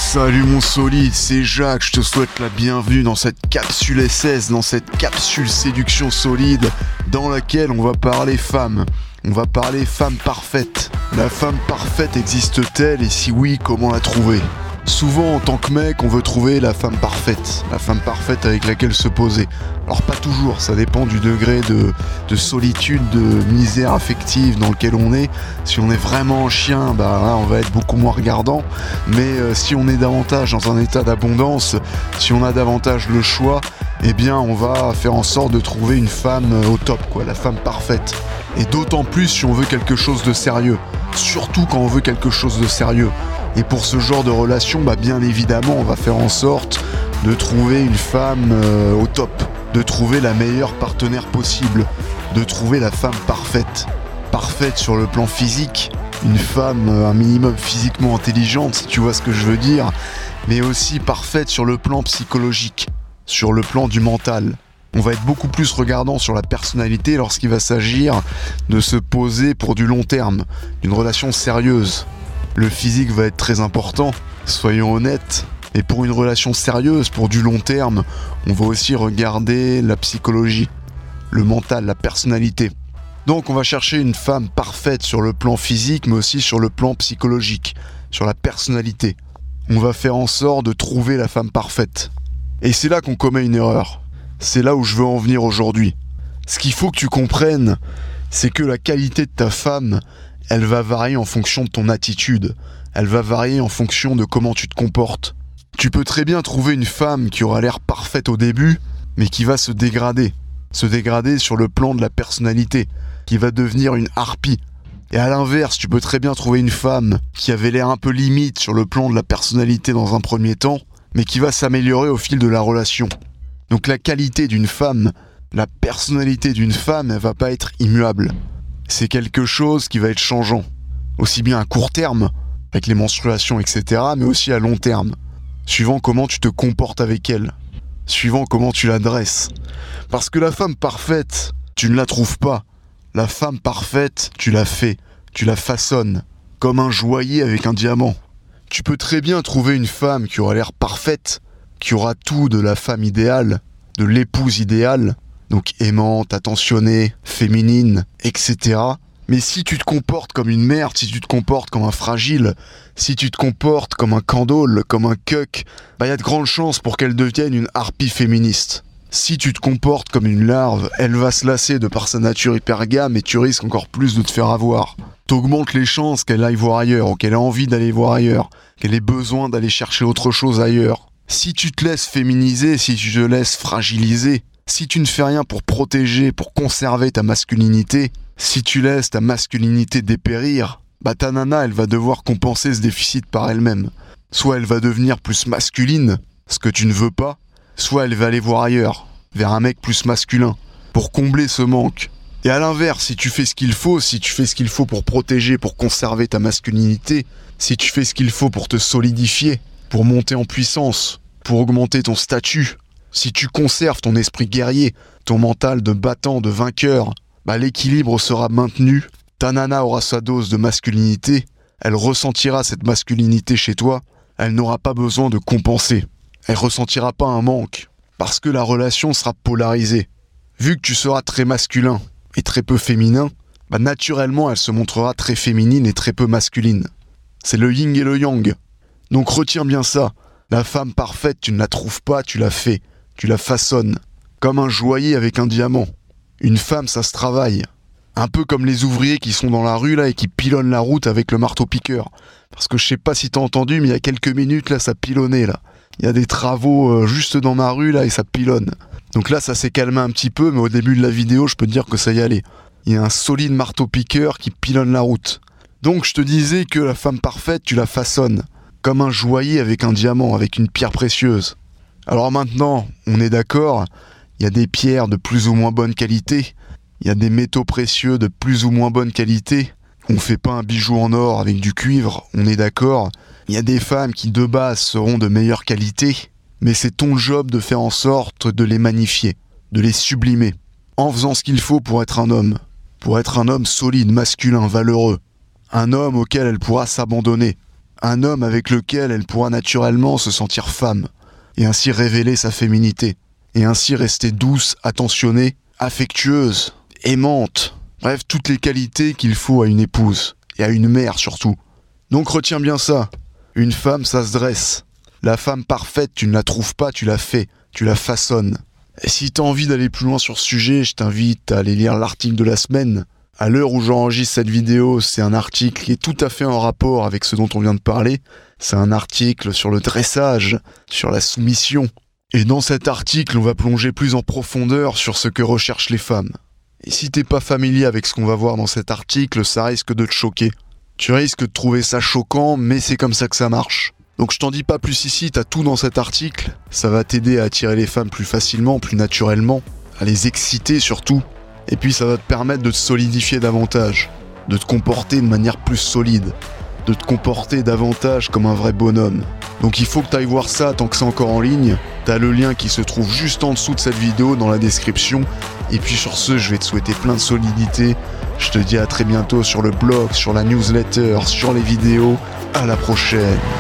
Salut mon solide, c'est Jacques, je te souhaite la bienvenue dans cette capsule SS, dans cette capsule séduction solide, dans laquelle on va parler femmes. On va parler femme parfaite. La femme parfaite existe-t-elle et si oui, comment la trouver ? Souvent en tant que mec, on veut trouver la femme parfaite avec laquelle se poser. Alors pas toujours, ça dépend du degré de solitude, de misère affective dans lequel on est. Si on est vraiment un chien, là, on va être beaucoup moins regardant. Mais si on est davantage dans un état d'abondance, si on a davantage le choix, eh bien on va faire en sorte de trouver une femme au top, la femme parfaite. Et d'autant plus si on veut quelque chose de sérieux. Surtout quand on veut quelque chose de sérieux. Et pour ce genre de relation, bien évidemment, on va faire en sorte de trouver une femme au top, de trouver la meilleure partenaire possible, de trouver la femme parfaite. Parfaite sur le plan physique, une femme un minimum physiquement intelligente, si tu vois ce que je veux dire, mais aussi parfaite sur le plan psychologique, sur le plan du mental. On va être beaucoup plus regardant sur la personnalité lorsqu'il va s'agir de se poser pour du long terme, d'une relation sérieuse. Le physique va être très important, soyons honnêtes, mais pour une relation sérieuse, pour du long terme, on va aussi regarder la psychologie, le mental, la personnalité. Donc on va chercher une femme parfaite sur le plan physique, mais aussi sur le plan psychologique, sur la personnalité. On va faire en sorte de trouver la femme parfaite. Et c'est là qu'on commet une erreur. C'est là où je veux en venir aujourd'hui. Ce qu'il faut que tu comprennes, c'est que la qualité de ta femme, elle va varier en fonction de ton attitude. Elle va varier en fonction de comment tu te comportes. Tu peux très bien trouver une femme qui aura l'air parfaite au début, mais qui va se dégrader. Se dégrader sur le plan de la personnalité, qui va devenir une harpie. Et à l'inverse, tu peux très bien trouver une femme qui avait l'air un peu limite sur le plan de la personnalité dans un premier temps, mais qui va s'améliorer au fil de la relation. Donc la qualité d'une femme, la personnalité d'une femme, elle va pas être immuable. C'est quelque chose qui va être changeant. Aussi bien à court terme, avec les menstruations, etc., mais aussi à long terme. Suivant comment tu te comportes avec elle. Suivant comment tu la dresses. Parce que la femme parfaite, tu ne la trouves pas. La femme parfaite, tu la fais. Tu la façonnes. Comme un joaillier avec un diamant. Tu peux très bien trouver une femme qui aura l'air parfaite, qui aura tout de la femme idéale, de l'épouse idéale, donc aimante, attentionnée, féminine, etc. Mais si tu te comportes comme une merde, si tu te comportes comme un fragile, si tu te comportes comme un candole, comme un cuck, y a de grandes chances pour qu'elle devienne une harpie féministe. Si tu te comportes comme une larve, elle va se lasser de par sa nature hypergame et tu risques encore plus de te faire avoir. T'augmentes les chances qu'elle aille voir ailleurs, ou qu'elle ait envie d'aller voir ailleurs, qu'elle ait besoin d'aller chercher autre chose ailleurs. Si tu te laisses féminiser, si tu te laisses fragiliser, si tu ne fais rien pour protéger, pour conserver ta masculinité, si tu laisses ta masculinité dépérir, ta nana, elle va devoir compenser ce déficit par elle-même. Soit elle va devenir plus masculine, ce que tu ne veux pas, soit elle va aller voir ailleurs, vers un mec plus masculin, pour combler ce manque. Et à l'inverse, si tu fais ce qu'il faut pour protéger, pour conserver ta masculinité, si tu fais ce qu'il faut pour te solidifier, pour monter en puissance, pour augmenter ton statut, si tu conserves ton esprit guerrier, ton mental de battant, de vainqueur, l'équilibre sera maintenu, ta nana aura sa dose de masculinité, elle ressentira cette masculinité chez toi, elle n'aura pas besoin de compenser, elle ressentira pas un manque, parce que la relation sera polarisée. Vu que tu seras très masculin et très peu féminin, naturellement elle se montrera très féminine et très peu masculine. C'est le yin et le yang. Donc retiens bien ça, la femme parfaite, tu ne la trouves pas, tu la fais, tu la façonnes, comme un joaillier avec un diamant. Une femme, ça se travaille. Un peu comme les ouvriers qui sont dans la rue là et qui pilonnent la route avec le marteau-piqueur. Parce que je sais pas si t'as entendu, mais il y a quelques minutes là, ça pilonnait là. Il y a des travaux juste dans ma rue là et ça pilonne. Donc là, ça s'est calmé un petit peu, mais au début de la vidéo, je peux te dire que ça y allait. Il y a un solide marteau-piqueur qui pilonne la route. Donc je te disais que la femme parfaite, tu la façonnes. Comme un joaillier avec un diamant, avec une pierre précieuse. Alors maintenant, on est d'accord, il y a des pierres de plus ou moins bonne qualité, il y a des métaux précieux de plus ou moins bonne qualité, on fait pas un bijou en or avec du cuivre, on est d'accord, il y a des femmes qui de base seront de meilleure qualité, mais c'est ton job de faire en sorte de les magnifier, de les sublimer, en faisant ce qu'il faut pour être un homme solide, masculin, valeureux, un homme auquel elle pourra s'abandonner, Un homme avec lequel elle pourra naturellement se sentir femme, et ainsi révéler sa féminité, et ainsi rester douce, attentionnée, affectueuse, aimante, bref, toutes les qualités qu'il faut à une épouse, et à une mère surtout. Donc retiens bien ça, une femme ça se dresse. La femme parfaite, tu ne la trouves pas, tu la fais, tu la façonnes. Et si t'as envie d'aller plus loin sur ce sujet, je t'invite à aller lire l'article de la semaine. À l'heure où j'enregistre cette vidéo, c'est un article qui est tout à fait en rapport avec ce dont on vient de parler. C'est un article sur le dressage, sur la soumission. Et dans cet article, on va plonger plus en profondeur sur ce que recherchent les femmes. Et si t'es pas familier avec ce qu'on va voir dans cet article, ça risque de te choquer. Tu risques de trouver ça choquant, mais c'est comme ça que ça marche. Donc je t'en dis pas plus ici, t'as tout dans cet article. Ça va t'aider à attirer les femmes plus facilement, plus naturellement, à les exciter surtout. Et puis ça va te permettre de te solidifier davantage, de te comporter de manière plus solide, de te comporter davantage comme un vrai bonhomme. Donc il faut que tu ailles voir ça tant que c'est encore en ligne. T'as le lien qui se trouve juste en dessous de cette vidéo dans la description. Et puis sur ce, je vais te souhaiter plein de solidité. Je te dis à très bientôt sur le blog, sur la newsletter, sur les vidéos. À la prochaine.